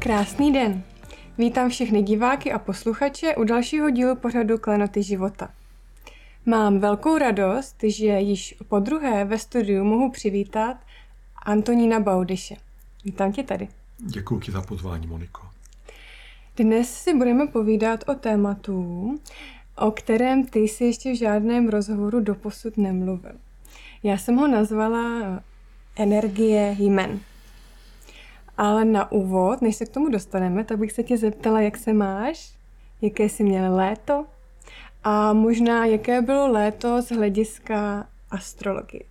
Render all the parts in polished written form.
Krásný den. Vítám všechny diváky a posluchače u dalšího dílu pořadu Klenoty života. Mám velkou radost, že již podruhé ve studiu mohu přivítat Antonína Baudyše. Vítám tě tady. Děkuji ti za pozvání, Moniko. Dnes si budeme povídat o tématu, o kterém ty jsi ještě v žádném rozhovoru doposud nemluvil. Já jsem ho nazvala energie jmen. Ale na úvod, než se k tomu dostaneme, tak bych se tě zeptala, jak se máš, jaké jsi měl léto a možná jaké bylo léto z hlediska astrologie.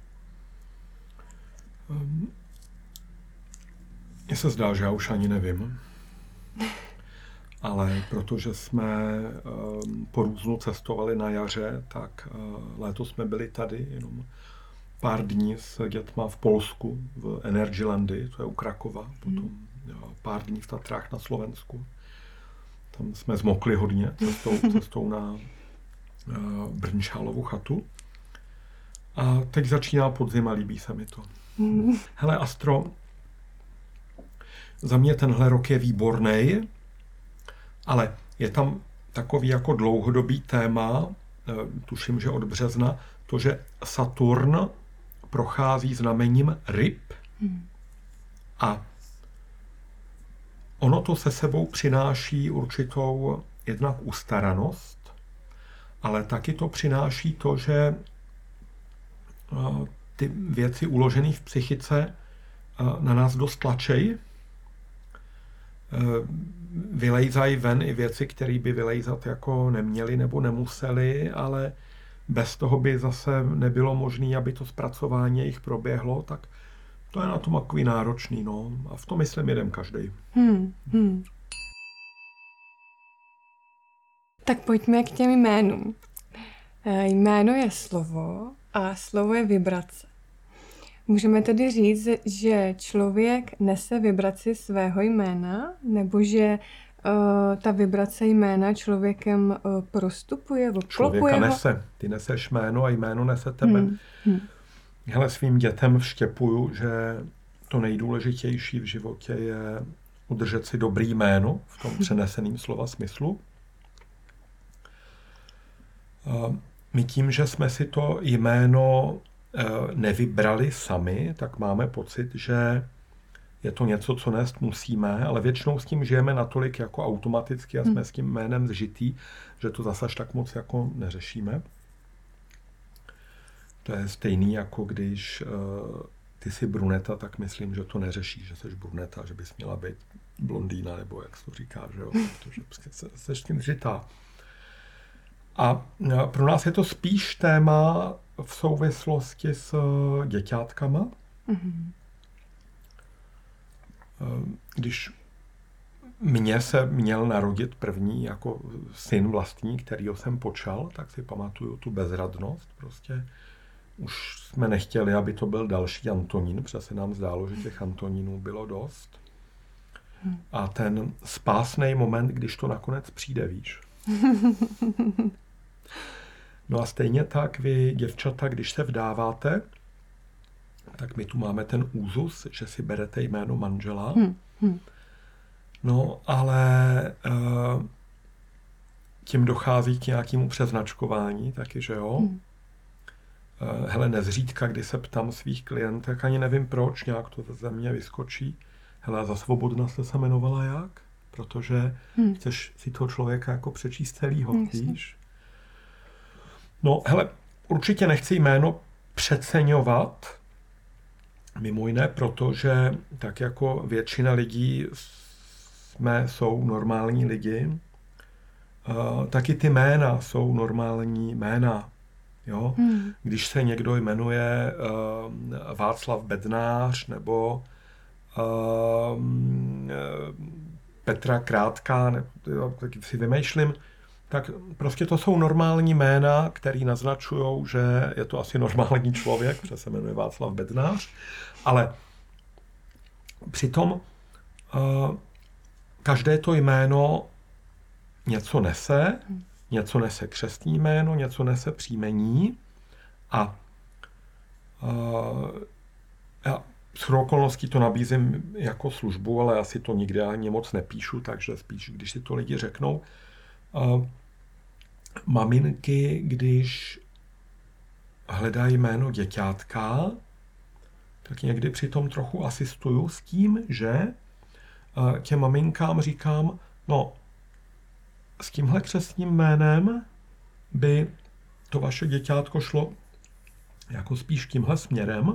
Mně se zdá, že já už ani nevím. Ale protože jsme po různu cestovali na jaře, tak léto jsme byli tady jenom pár dní s dětma v Polsku, v Energylandy, to je u Krakova, potom pár dní v Tatrách na Slovensku. Tam jsme zmokli hodně cestou na Brnšálovu chatu. A teď začíná podzim a líbí se mi to. Hele, Astro, za mě tenhle rok je výborný, ale je tam takový jako dlouhodobý téma, tuším, že od března, to, že Saturn prochází znamením ryb a ono to se sebou přináší určitou jednak ustaranost, ale taky to přináší to, že ty věci uložené v psychice na nás dost tlačejí. Vylejzají ven i věci, které by vylejzat jako neměly nebo nemuseli, ale bez toho by zase nebylo možné, aby to zpracování jich proběhlo, tak to je na tom takový náročný, no. A v tom myslím jedem každej. Tak pojďme k těm jménům. Jméno je slovo a slovo je vibrace. Můžeme tedy říct, že člověk nese vibraci svého jména, nebo že ta vibrace jména člověkem prostupuje, obklopuje Člověka ho? nese. Ty neseš jméno a jméno nese tebe. Hele, svým dětem vštěpuju, že to nejdůležitější v životě je udržet si dobrý jméno v tom přeneseném slova smyslu. My tím, že jsme si to jméno nevybrali sami, tak máme pocit, že je to něco, co nést musíme, ale většinou s tím žijeme natolik jako automaticky a jsme s tím jménem zžitý, že to zase až tak moc jako neřešíme. To je stejný, jako když ty jsi bruneta, tak myslím, že to neřešíš, že jsi bruneta, že bys měla být blondýna, nebo jak se to říká, že jo, protože jsi s tím zžitá. A pro nás je to spíš téma v souvislosti s děťátkama. Když mně se měl narodit první jako syn vlastní, kterýho jsem počal, tak si pamatuju tu bezradnost. Prostě už jsme nechtěli, aby to byl další Antonín, protože se nám zdálo, že těch Antonínů bylo dost. A ten spásný moment, když to nakonec přijde, víš. No a stejně tak vy, děvčata, když se vdáváte, tak my tu máme ten úzus, že si berete jméno manžela. No, ale tím dochází k nějakému přeznačkování taky, že jo? Hele, nezřídka, kdy se ptám svých klientek, ani nevím proč, nějak to ze mě vyskočí. Hele, za Svobodna jste se jmenovala jak? Protože chceš si toho člověka jako přečíst celýho, víš? No, hele, určitě nechci jméno přeceňovat, mimo jiné, protože tak jako většina lidí jsou normální lidi, taky ty jména jsou normální jména. Jo? Když se někdo jmenuje Václav Bednář nebo Petra Krátká, tak si vymýšlím, tak prostě to jsou normální jména, které naznačují, že je to asi normální člověk, protože se jmenuje Václav Bednář, ale přitom každé to jméno něco nese křestní jméno, něco nese příjmení a shodou okolností to nabízím jako službu, ale asi to nikde ani moc nepíšu, takže spíš, když si to lidi řeknou. Maminky, když hledají jméno děťátka, tak někdy přitom trochu asistuju s tím, že těm maminkám říkám, no, s tímhle křestním jménem by to vaše děťátko šlo jako spíš tímhle směrem.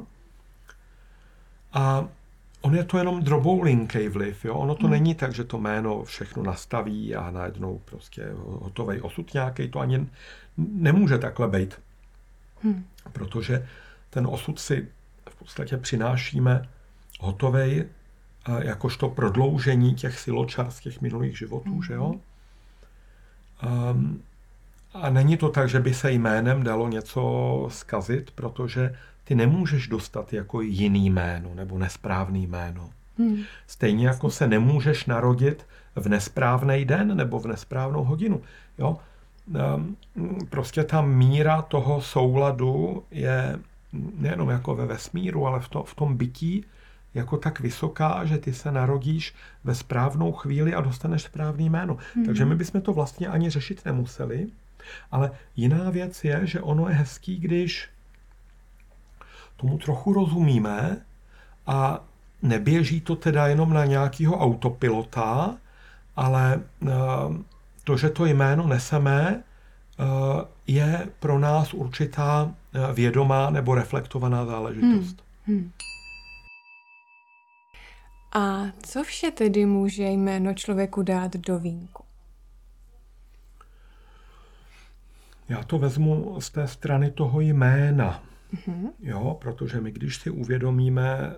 A on je to jenom droboulinkej vliv, jo? Ono to není tak, že to jméno všechno nastaví a najednou prostě hotovej osud nějaký, to ani nemůže takhle být. Protože ten osud si v podstatě přinášíme hotovej jakožto prodloužení těch siločar z těch minulých životů, že jo? A není to tak, že by se jménem dalo něco zkazit, protože ty nemůžeš dostat jako jiný jméno nebo nesprávný jméno. Stejně jako se nemůžeš narodit v nesprávný den nebo v nesprávnou hodinu. Jo? Prostě ta míra toho souladu je nejenom jako ve vesmíru, ale v tom bytí jako tak vysoká, že ty se narodíš ve správnou chvíli a dostaneš správný jméno. Takže my bychom to vlastně ani řešit nemuseli. Ale jiná věc je, že ono je hezký, když tomu trochu rozumíme a neběží to teda jenom na nějakého autopilota, ale to, že to jméno neseme, je pro nás určitá vědomá nebo reflektovaná záležitost. A co vše tedy může jméno člověku dát do vínku? Já to vezmu z té strany toho jména. Jo, protože my, když si uvědomíme,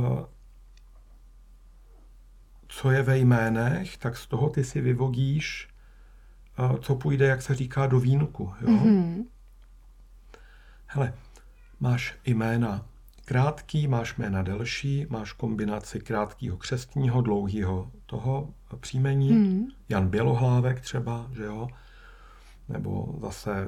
co je ve jménech, tak z toho ty si vyvodíš, co půjde, jak se říká, do vínku. Jo? Hele, máš jména krátký, máš jména delší, máš kombinaci krátkého křestního, dlouhého toho příjmení. Jan Bělohlávek třeba, že jo? Nebo zase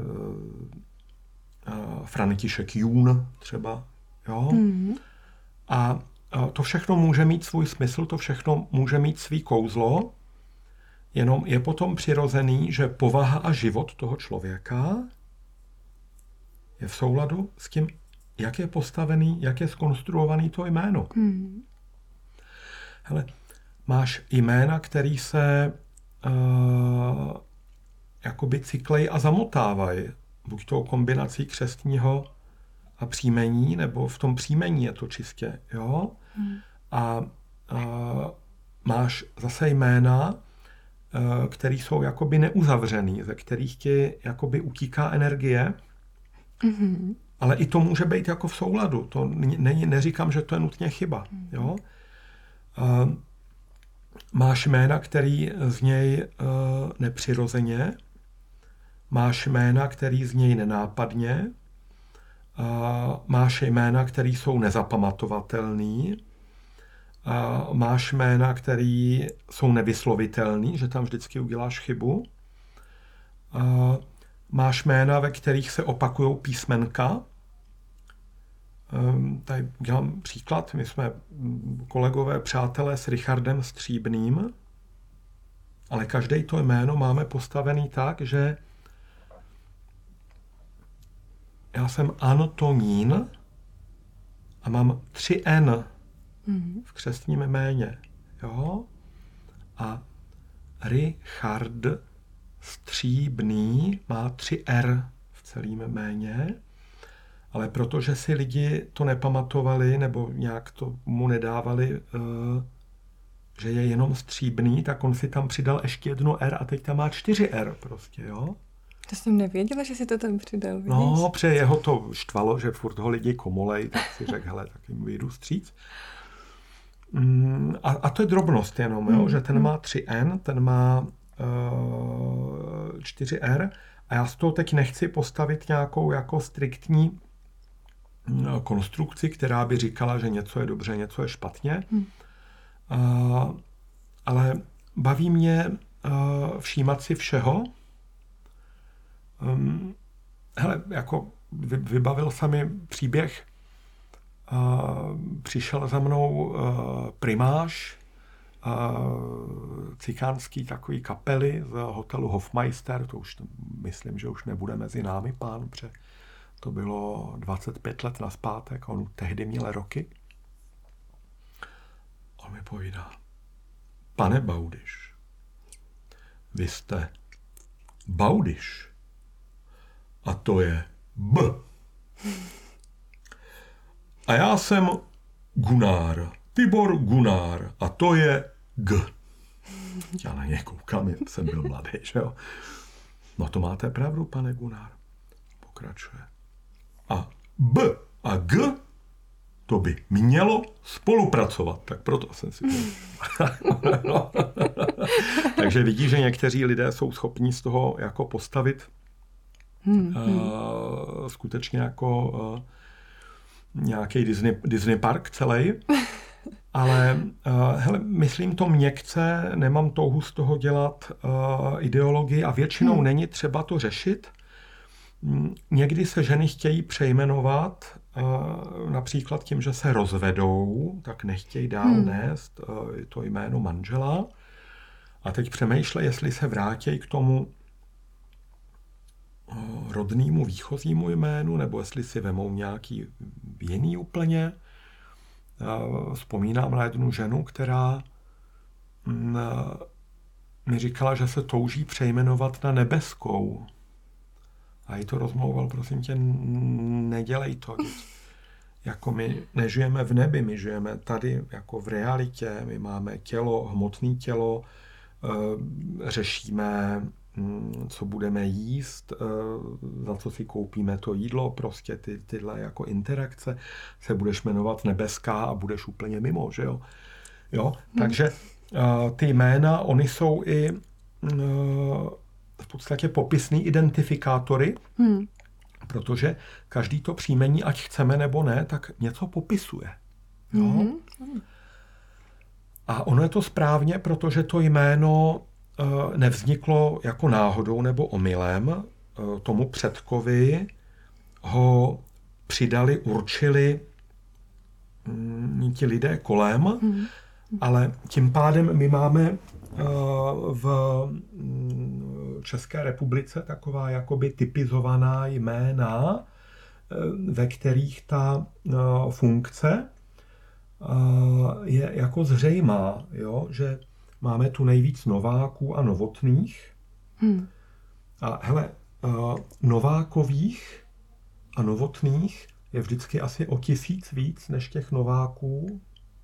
František Jún třeba. Jo? A to všechno může mít svůj smysl, to všechno může mít svý kouzlo, jenom je potom přirozený, že povaha a život toho člověka je v souladu s tím, jak je postavený, jak je zkonstruovaný to jméno. Hele, máš jména, který se jakoby cyklej a zamotávají. Buď tou kombinací křestního a příjmení, nebo v tom příjmení je to čistě. Jo? A máš zase jména, které jsou jakoby neuzavřený, ze kterých ti jakoby utíká energie, ale i to může být jako v souladu. To neříkám, že to je nutně chyba. Jo? Máš jména, který z něj nepřirozeně, máš jména, který z něj nenápadně, máš jména, které jsou nezapamatovatelný, máš jména, které jsou nevyslovitelný, že tam vždycky uděláš chybu, máš jména, ve kterých se opakují písmenka. Tady dělám příklad, my jsme kolegové, přátelé s Richardem Stříbným, ale každé to jméno máme postavený tak, že já jsem Antonín a mám 3 N v křestním jméně. Jo? A Richard Stříbný má 3 R v celém jméně, ale protože si lidi to nepamatovali nebo nějak to mu nedávali, že je jenom Stříbný, tak on si tam přidal ještě 1 R a teď tam má 4 R prostě, jo? To jsem nevěděla, že si to tam přidal, vidíš? No, pře jeho to štvalo, že furt ho lidi komolej, tak si řekl, hele, tak jim vyjdu vstříc. A to je drobnost jenom, jo? Že ten má 3 N, ten má 4 R a já z toho teď nechci postavit nějakou jako striktní konstrukci, která by říkala, že něco je dobře, něco je špatně. Ale baví mě všímat si všeho. Hele, jako vybavil se mi příběh přišel za mnou primář cikánský takový kapely z hotelu Hofmeister, to už myslím, že už nebude mezi námi pán, protože to bylo 25 let nazpátek, on tehdy měl roky. On mi povídá: pane Baudyš, vy jste Baudyš a to je B. A já jsem Gunnar, Tibor Gunnar a to je G. Já na něj koukám, jsem byl mladý, že jo. No to máte pravdu, pane Gunnar. Pokračuje. A B a G, to by mělo spolupracovat. Tak proto jsem si no. Takže vidíš, že někteří lidé jsou schopní z toho jako postavit skutečně jako nějaký Disney park celý. Ale hele, myslím to měkce, nemám touhu z toho dělat ideologii a většinou není třeba to řešit. Někdy se ženy chtějí přejmenovat, například tím, že se rozvedou, tak nechtějí dál nést to jméno manžela. A teď přemýšlej, jestli se vrátí k tomu rodnému výchozímu jménu, nebo jestli si vemou nějaký jiný úplně. Vzpomínám na jednu ženu, která mi říkala, že se touží přejmenovat na Nebeskou. A jí to rozmlouval: prosím tě, nedělej to. Jako my nežijeme v nebi, my žijeme tady jako v realitě, my máme tělo, hmotné tělo, řešíme, co budeme jíst, za co si koupíme to jídlo, prostě tyhle jako interakce, se budeš jmenovat Nebeská a budeš úplně mimo, že jo? Jo? Takže ty jména, oni jsou i v podstatě popisný identifikátory, protože každý to příjmení, ať chceme nebo ne, tak něco popisuje. Jo? A ono je to správně, protože to jméno nevzniklo jako náhodou nebo omylem. Tomu předkovi ho přidali, určili ti lidé kolem, ale tím pádem my máme v České republice taková jakoby typizovaná jména, ve kterých ta funkce je jako zřejmá, jo? Že máme tu nejvíc Nováků a Novotných. A hele, Novákových a Novotných je vždycky asi o 1000 víc než těch Nováků,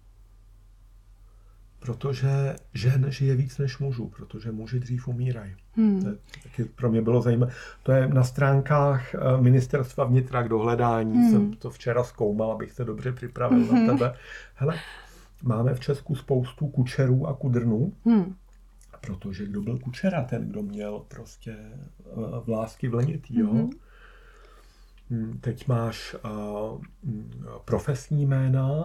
protože žen žije víc než mužů, protože muži dřív umírají. Taky pro mě bylo zajímavé. To je na stránkách Ministerstva vnitra k dohledání. Jsem to včera zkoumal, abych se dobře připravil na tebe. Hele, máme v Česku spoustu kučerů a kudrnů, protože kdo byl kučera? Ten, kdo měl prostě vlásky vlenitý, jo? Teď máš profesní jména.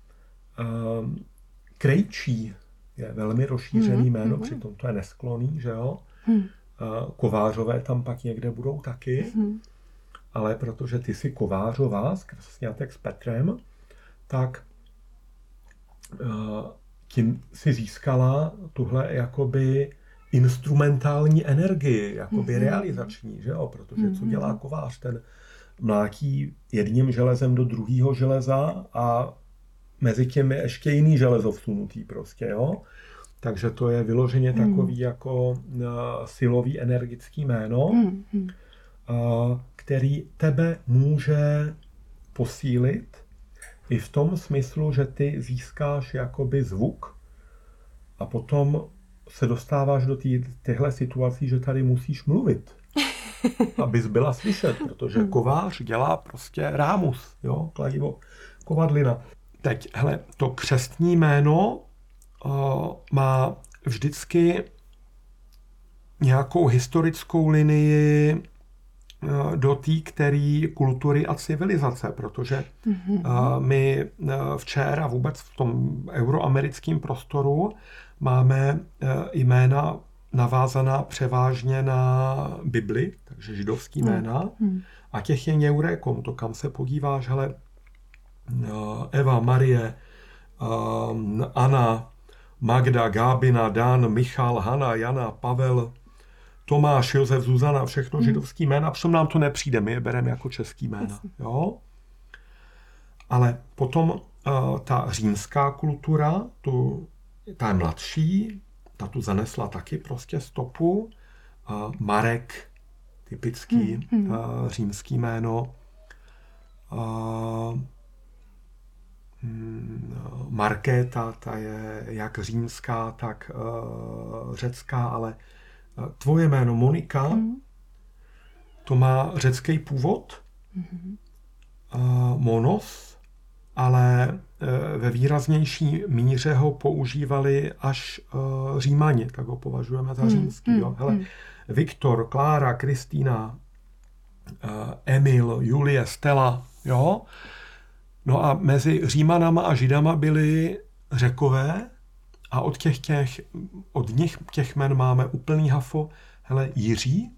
Krejčí je velmi rozšířený jméno, přitom to je nesklonný, že jo? Kovářové tam pak někde budou taky, ale protože ty jsi kovářová, sňatek s Petrem, tak tím si získala tuhle jakoby instrumentální energii, jakoby realizační, že jo? Protože co dělá kovář? Ten mlátí jedním železem do druhého železa a mezi tím je ještě jiný železo vsunutý prostě, jo? Takže to je vyloženě takový jako silový energický jméno, který tebe může posílit i v tom smyslu, že ty získáš jakoby zvuk a potom se dostáváš do těchto situací, že tady musíš mluvit, abys byla slyšet, protože kovář dělá prostě rámus, jo? Kladivo, kovadlina. Teď, hele, to křestní jméno má vždycky nějakou historickou linii do té které kultury a civilizace, protože my včera vůbec v tom euroamerickém prostoru máme jména navázaná převážně na Bibli, takže židovský jména, a těch je neurékom, to kam se podíváš, hele, Eva, Marie, Anna, Magda, Gábina, Dan, Michal, Hana, Jana, Pavel, Tomáš, Josef, Zuzana, všechno židovský jména, přitom nám to nepřijde, my je bereme jako český jména. Jo? Ale potom ta římská kultura, ta je mladší, ta tu zanesla taky prostě stopu. Marek, typický římský jméno. Markéta, ta je jak římská, tak řecká, ale tvoje jméno Monika, to má řecký původ, Monos, ale ve výraznější míře ho používali až Římani, tak ho považujeme za římský. Jo? Hele, Viktor, Klára, Kristýna, Emil, Julie, Stella, jo? No a mezi Římanama a Židama byli Řekové a od nich těch jmen máme úplný hafo. Hele, Jiří,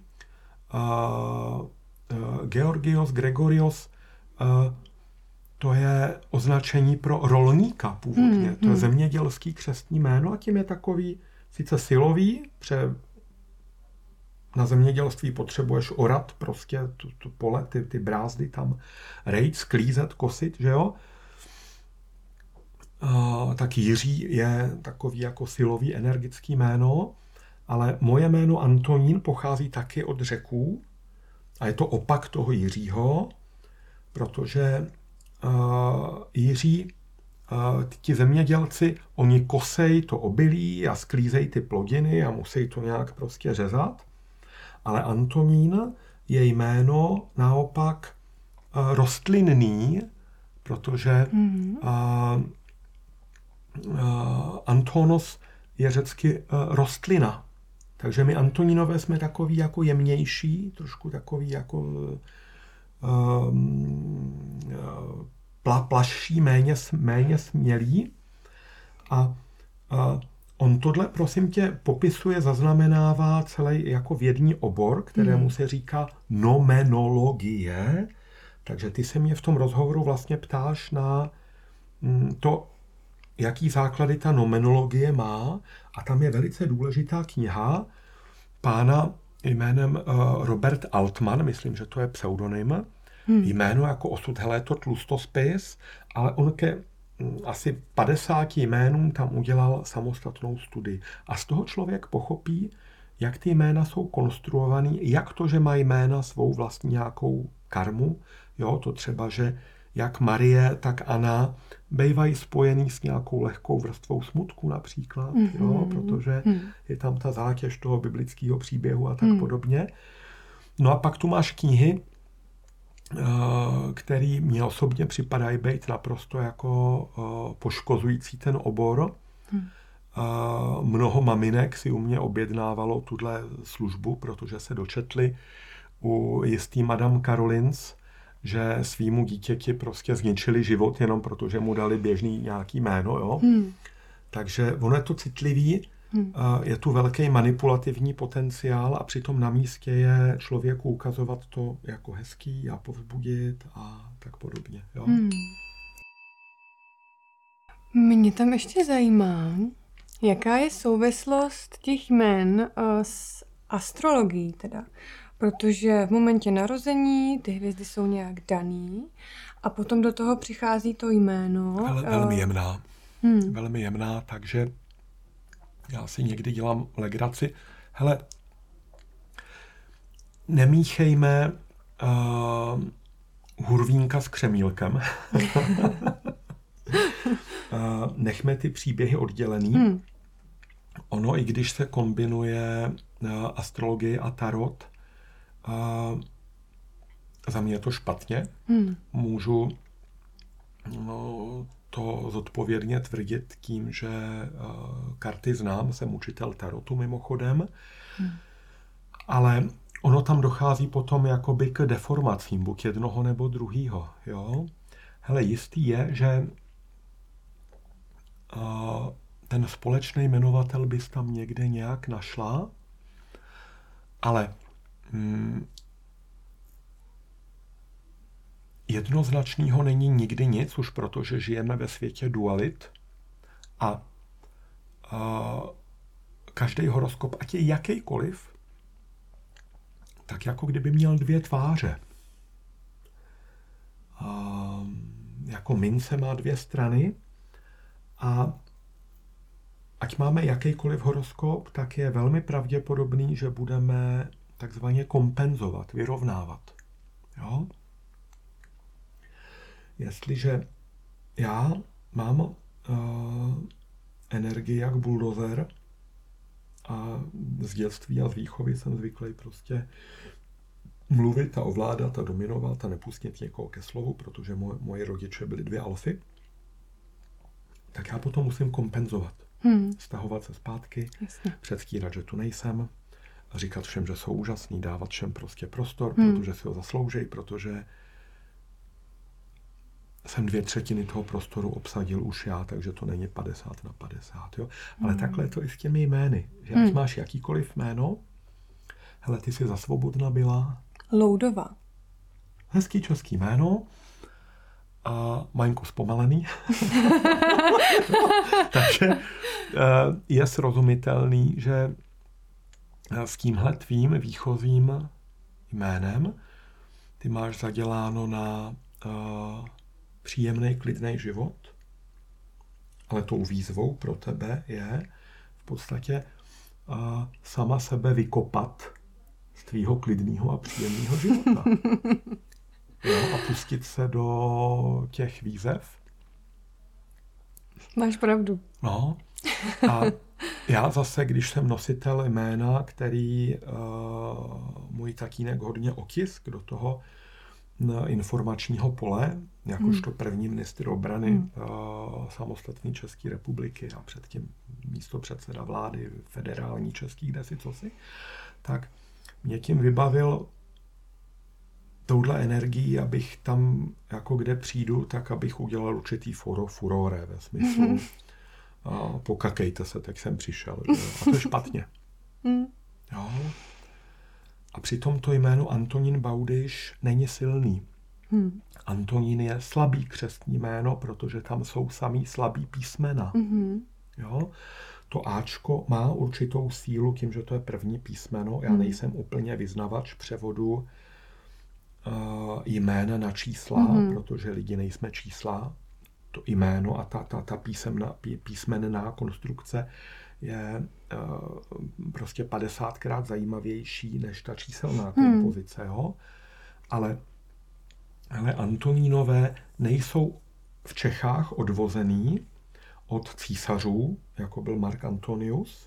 Georgios, Gregorios, to je označení pro rolníka původně. To je zemědělský křestní jméno a tím je takový sice silový, na zemědělství potřebuješ orat prostě tu pole, ty brázdy tam rejt, sklízet, kosit, že jo? Tak Jiří je takový jako silový, energický jméno, ale moje jméno Antonín pochází taky od Řeků a je to opak toho Jiřího, protože Jiří, ti zemědělci, oni kosejí to obilí a sklízejí ty plodiny a musí to nějak prostě řezat. Ale Antonín je jméno naopak rostlinný, protože Antonos je řecky rostlina. Takže my Antonínové jsme takový jako jemnější, trošku takový jako plašší, méně smělý. A on tohle, prosím tě, popisuje, zaznamenává celý jako vědní obor, kterému se říká nomenologie. Takže ty se mě v tom rozhovoru vlastně ptáš na to, jaký základy ta nomenologie má. A tam je velice důležitá kniha pána jménem Robert Altman, myslím, že to je pseudonym. Jméno jako osud, hele, je to tlustospis, ale on ke asi 50 jménům tam udělal samostatnou studii. A z toho člověk pochopí, jak ty jména jsou konstruovaný, jak to, že mají jména svou vlastní nějakou karmu. Jo, to třeba, že jak Marie, tak Anna bývají spojený s nějakou lehkou vrstvou smutku například, jo, protože je tam ta zátěž toho biblického příběhu a tak podobně. No a pak tu máš knihy, který mě osobně připadají být naprosto jako poškozující ten obor. Mnoho maminek si u mě objednávalo tuhle službu, protože se dočetli u jistý Madame Carolins, že svýmu dítěti prostě zničili život jenom protože mu dali běžný nějaký jméno. Jo? Takže ono je to citlivý, je tu velký manipulativní potenciál a přitom na místě je člověku ukazovat to jako hezký a povzbudit a tak podobně. Jo? Mě tam ještě zajímá, jaká je souvislost těch jmen s astrologií teda. Protože v momentě narození ty hvězdy jsou nějak daný a potom do toho přichází to jméno. Velmi jemná. Velmi jemná, takže já si někdy dělám legraci. Hele, nemíchejme hurvínka s křemílkem. Nechme ty příběhy oddělený. Ono, i když se kombinuje astrologie a tarot, za mě je to špatně. Můžu to zodpovědně tvrdit tím, že karty znám, jsem učitel tarotu mimochodem, ale ono tam dochází potom jakoby k deformacím, buď jednoho nebo druhýho. Jo? Hele, jistý je, že ten společný jmenovatel bys tam někde nějak našla, ale jednoznačného není nikdy nic, už protože žijeme ve světě dualit a každý horoskop, ať je jakýkoliv, tak jako kdyby měl dvě tváře. Jako mince má dvě strany a ať máme jakýkoliv horoskop, tak je velmi pravděpodobný, že budeme takzvaně kompenzovat, vyrovnávat. Jo? Jestliže já mám energii jak buldozer a z dětství a z výchovy jsem zvyklý prostě mluvit a ovládat a dominovat a nepustit někoho ke slovu, protože moje rodiče byli dvě alfy, tak já potom musím kompenzovat. Stahovat se zpátky, předstírat, že tu nejsem, říkat všem, že jsou úžasný, dávat všem prostě prostor, protože si ho zaslouží, protože jsem 2/3 toho prostoru obsadil už já, takže to není 50/50. Jo? Ale takhle je to i s těmi jmény. Že ať máš jakýkoliv jméno, hele, ty jsi za Svobodna byla. Loudová. Hezký český jméno. A malinko zpomalený. Takže je srozumitelný, že s tímhle tvým výchozím jménem ty máš zaděláno na příjemný, klidný život, ale tou výzvou pro tebe je v podstatě sama sebe vykopat z tvýho klidného a příjemného života. Jo, a pustit se do těch výzev. Máš pravdu. No. A já zase, když jsem nositel jména, který můj tatínek hodně otisk do toho informačního pole, jakožto první ministr obrany samostatné České republiky a předtím místopředseda vlády federální český, kdesi cosi, tak mě tím vybavil touhle energií, abych tam, jako kde přijdu, tak abych udělal určitý furore ve smyslu pokakejte se, tak jsem přišel. Že? A to je špatně. Jo? A přitom to jméno Antonín Baudyš není silný. Antonín je slabý křestní jméno, protože tam jsou samý slabý písmena. Jo? To Ačko má určitou sílu tím, že to je první písmeno. Já nejsem úplně vyznavač převodu jména na čísla, protože lidi nejsme čísla. To jméno a ta písmenná konstrukce je prostě 50krát zajímavější než ta číselná kompozice. Jo? Ale Antonínové nejsou v Čechách odvozený od císařů, jako byl Mark Antonius,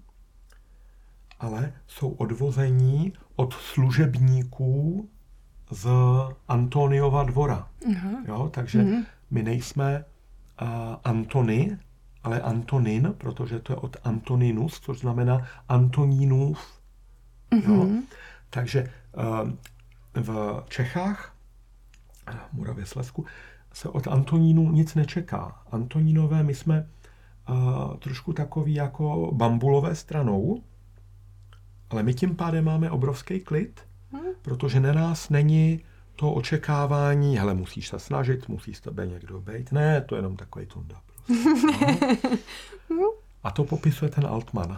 ale jsou odvození od služebníků z Antoniova dvora. Jo? Takže my nejsme Antony, ale Antonin, protože to je od Antoninus, což znamená Antonínův. Jo? Takže v Čechách, Moravě, Slezsku, se od Antonínů nic nečeká. Antonínové, my jsme trošku takový jako bambulové stranou, ale my tím pádem máme obrovský klid, protože na nás není to očekávání, hele, musíš se snažit, musí s tebe někdo bejt. Ne, to je jenom takový tunda. Prostě. No. A to popisuje ten Altman.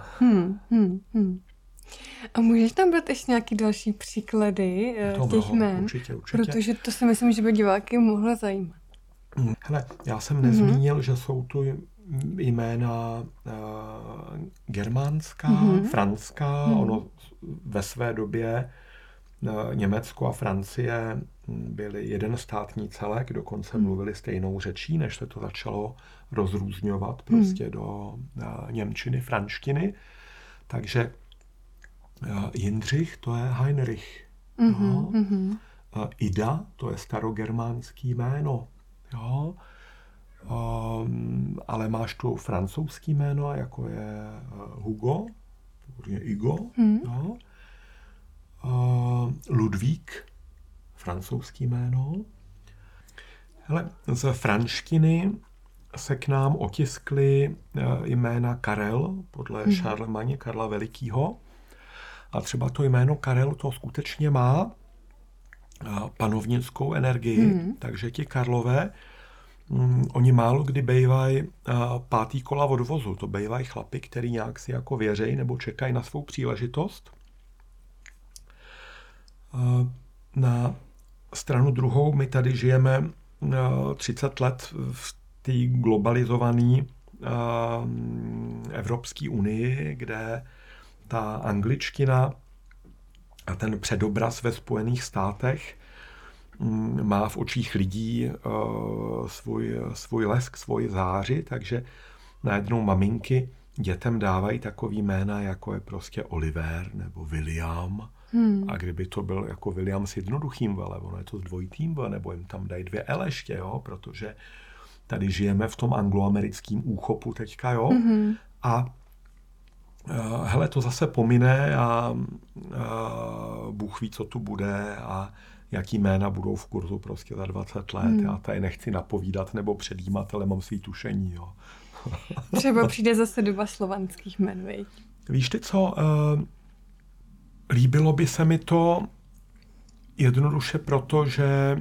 A můžeš tam dát ještě nějaký další příklady těch jmén? Určitě. Protože to si myslím, že by diváky mohlo zajímat. Hele, já jsem nezmínil, že jsou tu jména germánská, franská. Ono ve své době Německo a Francie byly jeden státní celek, dokonce mluvili stejnou řečí, než se to začalo rozrůzňovat prostě do němčiny, franštiny. Takže Jindřich, to je Heinrich. Jo? Ida, to je starogermánský jméno. Jo? Ale máš tu francouzský jméno, jako je Hugo, Igo. Jo? Ludvík, francouzský jméno. Hele, z franštiny se k nám otiskly jména Karel, podle Charlemagne, Karla Velikýho. A třeba to jméno Karel to skutečně má panovnickou energii, takže ti Karlové, oni málo kdy bejvají pátý kola od vozu. To bejvají chlapi, který nějak si jako věří nebo čekají na svou příležitost. Na stranu druhou my tady žijeme 30 let v té globalizované Evropské unii, kde ta angličtina a ten předobraz ve Spojených státech má v očích lidí svůj lesk, svůj záři, takže najednou maminky dětem dávají takový jména, jako je prostě Oliver nebo William. A kdyby to byl jako William s jednoduchým V, ale ono je to s dvojitým V, nebo jim tam dají 2 L ještě, jo, protože tady žijeme v tom angloamerickém úchopu teďka, jo. A hele, to zase pomine a Bůh ví, co tu bude a jaký jména budou v kurzu prostě za 20 let. Já tady nechci napovídat nebo předjímat, ale mám svý tušení, jo. Třeba přijde zase doba slovanských jmen, viď? Víš ty co, líbilo by se mi to jednoduše proto, že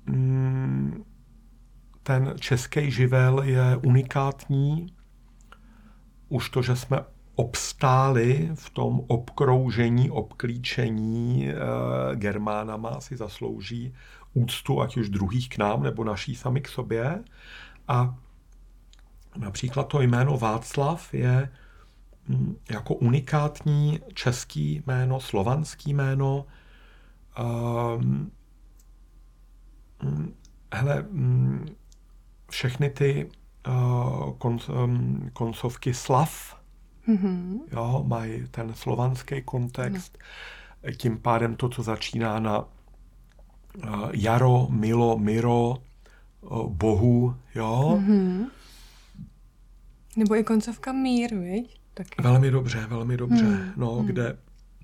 ten český živel je unikátní. Už to, že jsme obstáli v tom obkroužení, obklíčení Germánama, si zaslouží úctu, ať už druhých k nám, nebo naší sami k sobě. A například to jméno Václav je jako unikátní český jméno, slovanský jméno. Hele, všechny ty koncovky slav, jo, mají ten slovanský kontext. Tím pádem to, co začíná na jaro, milo, miro, bohu, jo. Nebo i koncovka mír, viď? Taky. Velmi dobře, velmi dobře. Kde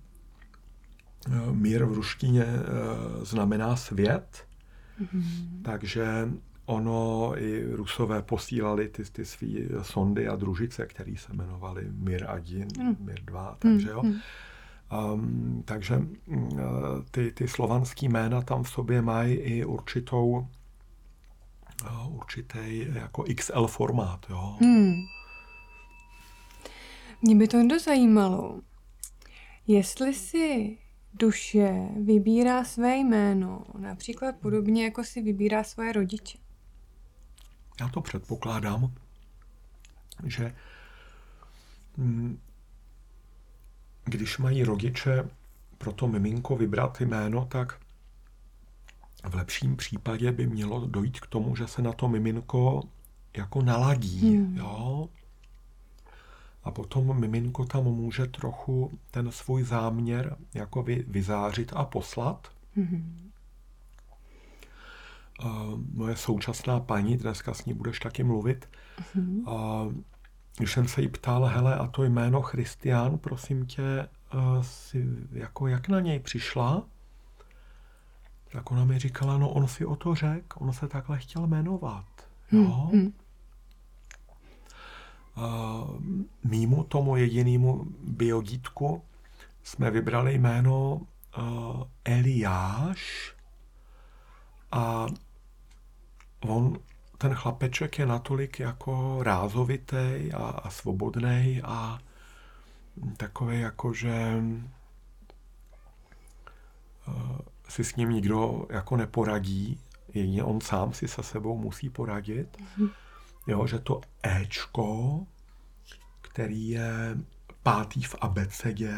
mír v ruštině znamená svět, takže ono i Rusové posílali ty svý sondy a družice, které se jmenovaly Mir 1, Mir 2, takže jo. Takže ty slovanský jména tam v sobě mají i určitý jako XL formát, jo. Mě by to dost zajímalo, jestli si duše vybírá své jméno, například podobně, jako si vybírá svoje rodiče. Já to předpokládám, že když mají rodiče pro to miminko vybrat jméno, tak v lepším případě by mělo dojít k tomu, že se na to miminko jako naladí, jo. A potom miminko tam může trochu ten svůj záměr jako vyzářit a poslat. Moje současná paní, dneska s ní budeš taky mluvit, když jsem se jí ptal, hele, a to jméno Christian, prosím tě, jak na něj přišla? Tak ona mi říkala, no on si o to řekl, on se takhle chtěl jmenovat. Jo? Mýmu tomu jedinému biodítku jsme vybrali jméno Eliáš a ten chlapeček je natolik jako rázovitý a svobodnej a takový jako, že si s ním nikdo jako neporadí, jedině on sám si se sebou musí poradit. Jo, že to Éčko, který je 5. v abecedě,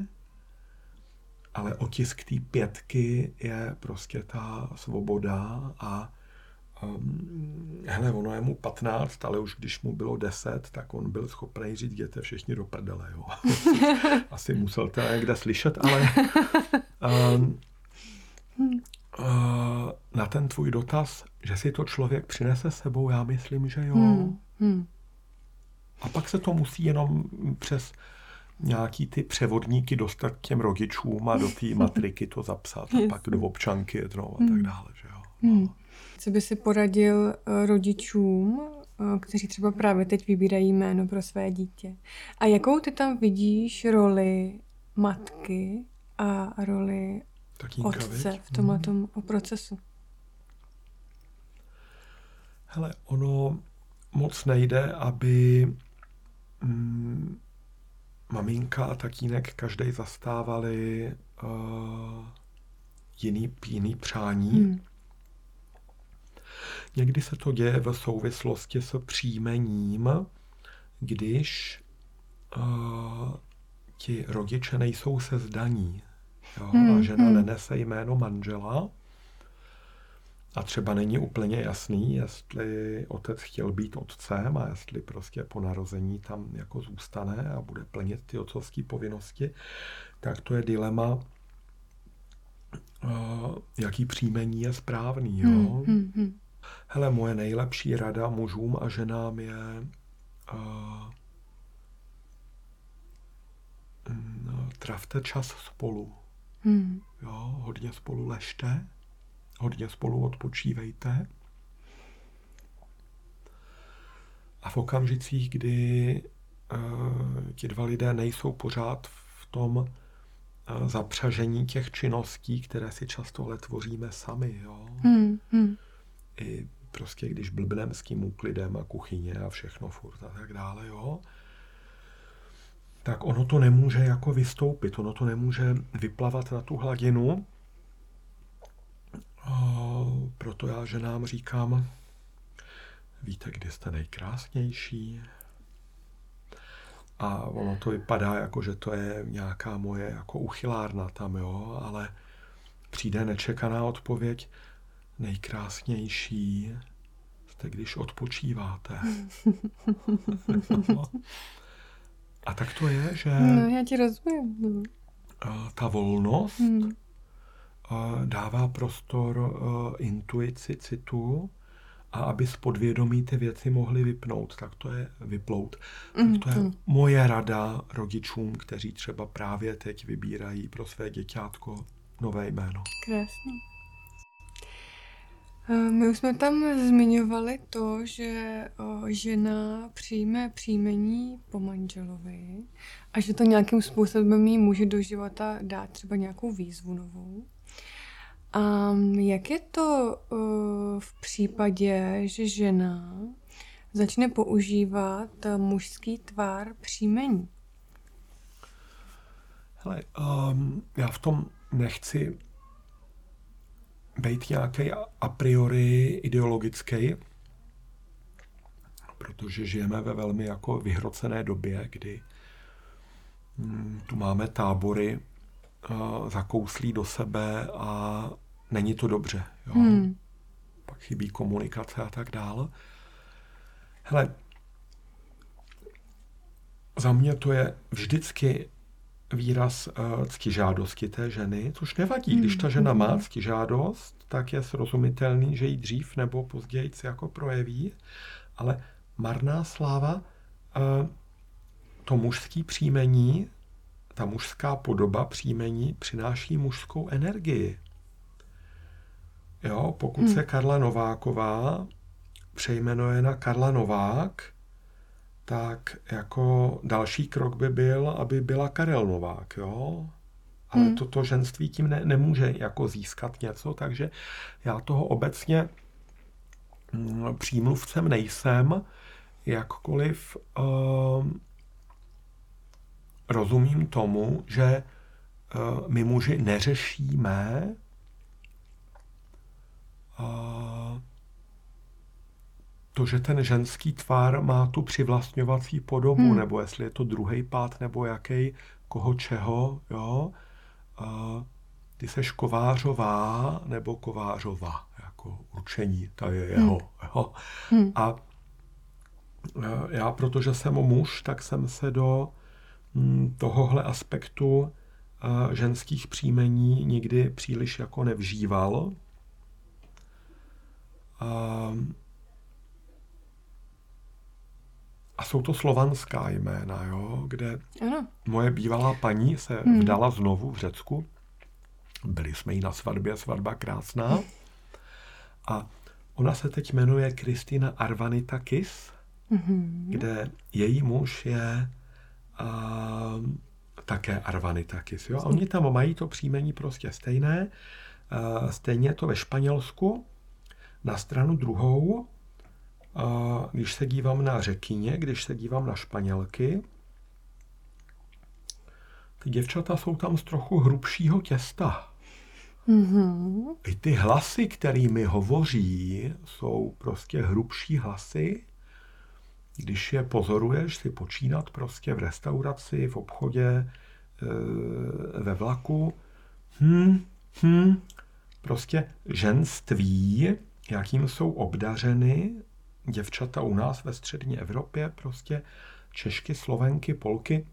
ale otisk té 5 je prostě ta svoboda a hele, ono je mu 15, ale už když mu bylo 10, tak on byl schopný říct, jděte všichni do prdele, jo. Asi musel to někde slyšet, ale na ten tvůj dotaz, že si to člověk přinese sebou, já myslím, že jo. A pak se to musí jenom přes nějaký ty převodníky dostat k těm rodičům a do té matriky to zapsat a pak do občanky jednou a tak dále, že jo. Co by si poradil rodičům, kteří třeba právě teď vybírají jméno pro své dítě? A jakou ty tam vidíš roli matky a roli otce v tomhletom procesu? Hele, ono moc nejde, aby maminka a tatínek každej zastávali jiný přání. Někdy se to děje v souvislosti s příjmením, když ti rodiče nejsou sezdaní. A žena nenese jméno manžela a třeba není úplně jasný, jestli otec chtěl být otcem a jestli prostě po narození tam jako zůstane a bude plnit ty otcovské povinnosti, tak to je dilema, jaký příjmení je správný. Jo? Hele, moje nejlepší rada mužům a ženám je trávte čas spolu. Jo, hodně spolu ležte, hodně spolu odpočívejte. A v okamžicích, kdy ti dva lidé nejsou pořád v tom zapřažení těch činností, které si často ale tvoříme sami. Jo? I prostě když blbnem s tím úklidem a kuchyně a všechno furt a tak dále, jo? Tak ono to nemůže jako vystoupit, ono to nemůže vyplavat na tu hladinu. Proto já ženám říkám, víte, kdy jste nejkrásnější? A ono to vypadá jako, že to je nějaká moje jako uchylárna tam, jo? Ale přijde nečekaná odpověď, nejkrásnější jste, když odpočíváte. A tak to je, že no, já ti rozumím. ta volnost dává prostor intuici, citu a aby z podvědomí ty věci mohly vypnout, tak to je vyplout. Tak to je moje rada rodičům, kteří třeba právě teď vybírají pro své děťátko nové jméno. Krásný. My už jsme tam zmiňovali to, že žena přijme příjmení po manželovi a že to nějakým způsobem jí může do života dát třeba nějakou výzvu novou. A jak je to v případě, že žena začne používat mužský tvar příjmení? Hele, já v tom nechci být nějaký a priori ideologický, protože žijeme ve velmi jako vyhrocené době, kdy tu máme tábory zakouslí do sebe a není to dobře. Jo? Pak chybí komunikace a tak dále. Hele, za mě to je vždycky výraz ctižádosti té ženy, což nevadí. Když ta žena má ctižádost, tak je srozumitelný, že ji dřív nebo později jako projeví, ale marná sláva, to mužské příjmení, ta mužská podoba příjmení přináší mužskou energii. Jo, pokud se Karla Nováková přejmenuje na Karla Novák, tak jako další krok by byl, aby byla Karel Novák, jo. Ale toto ženství tím nemůže jako získat něco, takže já toho obecně přímluvcem nejsem, jakkoliv rozumím tomu, že my muži neřešíme to, že ten ženský tvar má tu přivlastňovací podobu, nebo jestli je to druhý pád, nebo jaký, koho čeho, jo. Ty seš kovářová, nebo kovářova, jako určení, to je jeho, jo. A já, protože jsem muž, tak jsem se do tohohle aspektu ženských příjmení nikdy příliš jako nevžíval. A jsou to slovanská jména, jo, kde moje bývalá paní se vdala znovu v Řecku. Byli jsme jí na svatbě, svatba krásná. A ona se teď jmenuje Kristina Arvanitakis, kde její muž je také Arvanitakis. Jo? A oni tam mají to příjmení prostě stejné. Stejně je to ve Španělsku. Na stranu druhou, když se dívám na Řekyně, když se dívám na Španělky, ty děvčata jsou tam z trochu hrubšího těsta. Mm-hmm. I ty hlasy, kterými hovoří, jsou prostě hrubší hlasy. Když je pozoruješ si počínat prostě v restauraci, v obchodě, ve vlaku. Prostě ženství, jakým jsou obdařeny děvčata u nás ve střední Evropě, prostě Češky, Slovenky, Polky,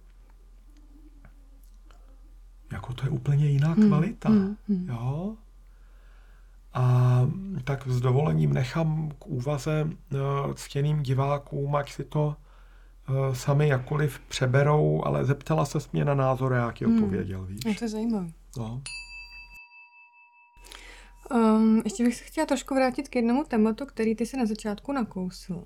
jako to je úplně jiná kvalita. Jo? A tak s dovolením nechám k úvaze ctěným divákům, ať si to sami jakkoliv přeberou, ale zeptala se mě na názor, jak je odpověděl, víš? Je to zajímavé. No. Ještě bych se chtěla trošku vrátit k jednomu tématu, který ty se na začátku nakousl.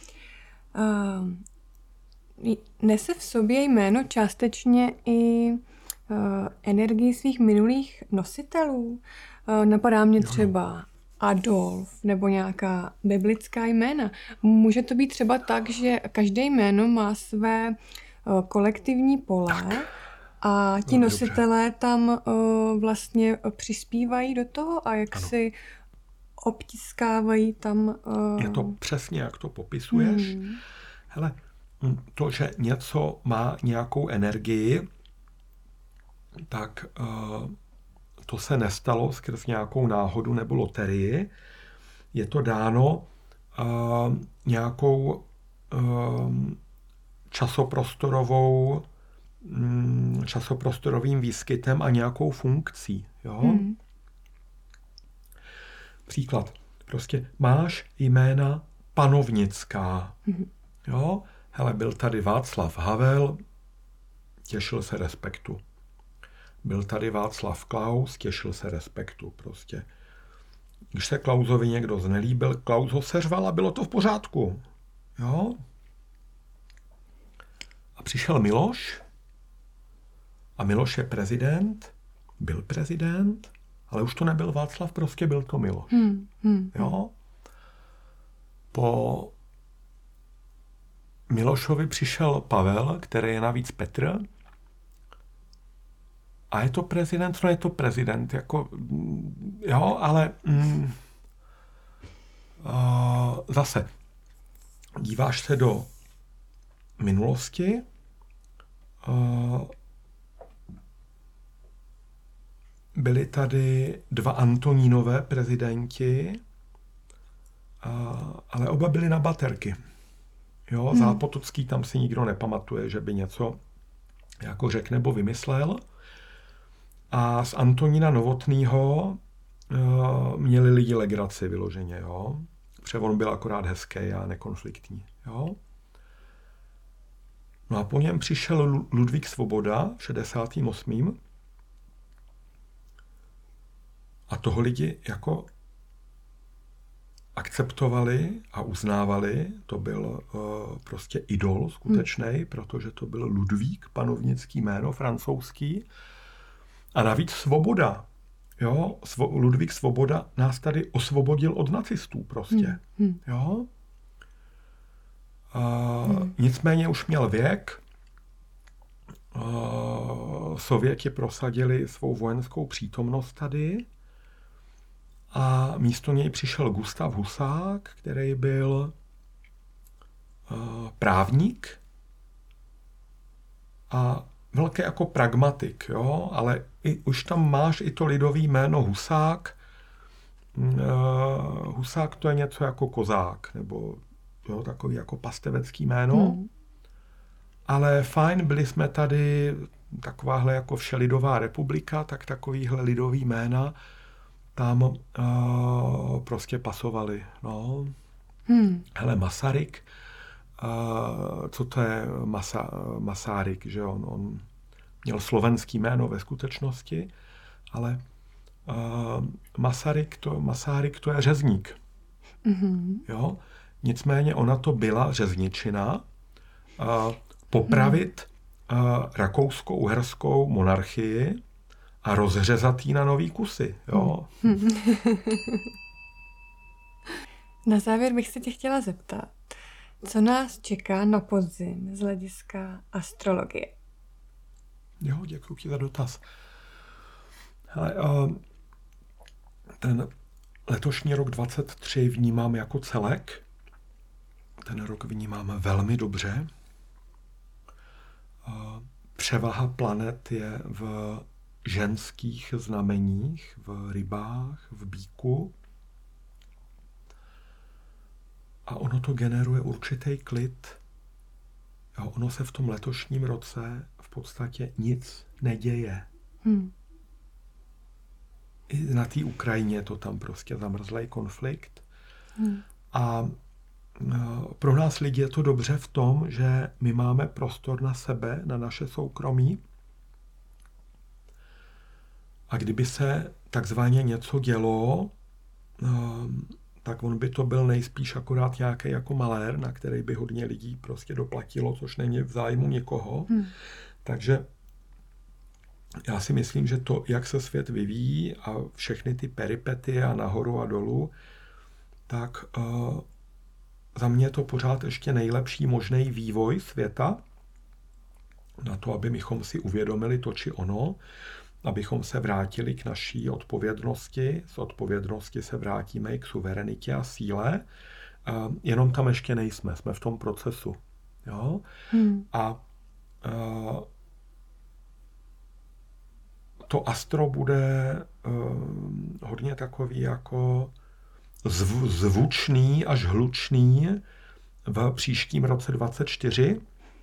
Nese v sobě jméno částečně i energii svých minulých nositelů. Napadá mě třeba Adolf nebo nějaká biblická jména. Může to být třeba tak, že každé jméno má své kolektivní pole a ti nositelé tam vlastně přispívají do toho a jak si obtiskávají tam... Je to přesně, jak to popisuješ. Hele, to, že něco má nějakou energii, tak to se nestalo skrz nějakou náhodu nebo loterii. Je to dáno nějakou časoprostorovým výskytem a nějakou funkcí. Jo? Příklad. Prostě máš jména panovnická. Jo? Hele, byl tady Václav Havel, těšil se respektu. Byl tady Václav Klaus, těšil se respektu prostě. Když se Klausovi někdo znelíbil, Klaus ho seřval a bylo to v pořádku. Jo? A přišel Miloš a Miloš je prezident, byl prezident, ale už to nebyl Václav, prostě byl to Miloš. Jo? Po Milošovi přišel Pavel, který je navíc Petr. A je to prezident? No je to prezident, jako, jo, ale zase díváš se do minulosti, byli tady dva Antonínové prezidenti, ale oba byli na baterky. Jo, Zápotocký tam si nikdo nepamatuje, že by něco jako řekl nebo vymyslel. A z Antonína Novotnýho měli lidi legraci vyloženě, jo. Protože on byl akorát hezký a nekonfliktní, jo. No a po něm přišel Ludvík Svoboda v 68. A toho lidi jako akceptovali a uznávali. To byl prostě idol skutečný, protože to byl Ludvík, panovnický jméno, francouzský. A navíc Svoboda. Jo? Ludvík Svoboda nás tady osvobodil od nacistů prostě. Jo? Nicméně už měl věk. Sověti prosadili svou vojenskou přítomnost tady. A místo něj přišel Gustav Husák, který byl právník a velký jako pragmatik, jo? Ale už tam máš i to lidový jméno Husák. Husák to je něco jako kozák, nebo jo, takový jako pastevecký jméno. Ale fajn, byli jsme tady takováhle jako všelidová republika, tak takovýhle lidový jména tam prostě pasovali. No. Hele, Masaryk, co to je Masaryk, že on měl slovenský jméno ve skutečnosti, ale Masaryk to je řezník. Jo? Nicméně ona to byla řezničina. Popravit rakousko-uherskou monarchii a rozřezat ji na nový kusy. Jo? Na závěr bych se tě chtěla zeptat, co nás čeká na podzim z hlediska astrologie? Jo, děkuji ti za dotaz. Hele, ten letošní rok 23 vnímám jako celek. Ten rok vnímám velmi dobře. Převaha planet je v ženských znameních, v rybách, v býku. A ono to generuje určitý klid. Jo, ono se v tom letošním roce v podstatě nic neděje. I na té Ukrajině to tam prostě zamrzlej konflikt. A pro nás lidi je to dobře v tom, že my máme prostor na sebe, na naše soukromí. A kdyby se takzvaně něco dělo, tak on by to byl nejspíš akorát nějaký jako malér, na který by hodně lidí prostě doplatilo, což není v zájmu nikoho. Takže já si myslím, že to, jak se svět vyvíjí a všechny ty peripety a nahoru a dolů, tak za mě je to pořád ještě nejlepší možný vývoj světa na to, aby bychom si uvědomili to či ono, abychom se vrátili k naší odpovědnosti. Z odpovědnosti se vrátíme i k suverenitě a síle. Jenom tam ještě nejsme, jsme v tom procesu. Jo? A to astro bude hodně takový jako zvučný až hlučný v příštím roce 24.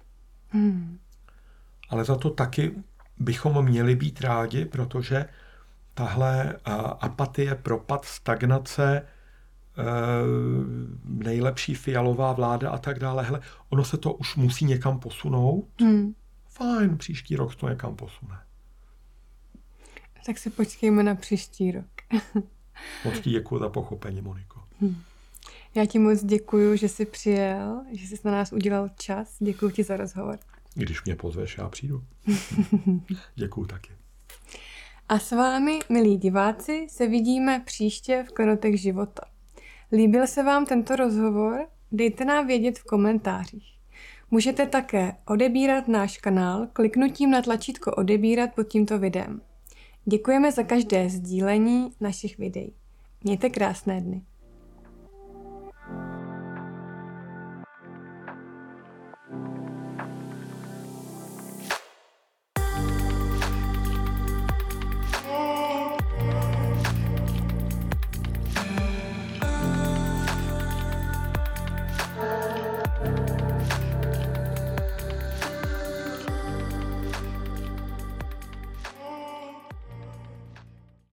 Ale za to taky bychom měli být rádi, protože tahle apatie, propad, stagnace, nejlepší fialová vláda a tak dále, hele, ono se to už musí někam posunout. Fajn, příští rok to někam posune. Tak si počkejme na příští rok. Moc ti děkuji za pochopení, Moniko. Já ti moc děkuji, že jsi přijel, že jsi na nás udělal čas. Děkuji ti za rozhovor. Když mě pozveš, já přijdu. Děkuji taky. A s vámi, milí diváci, se vidíme příště v Klenotech života. Líbil se vám tento rozhovor? Dejte nám vědět v komentářích. Můžete také odebírat náš kanál kliknutím na tlačítko odebírat pod tímto videem. Děkujeme za každé sdílení našich videí. Mějte krásné dny.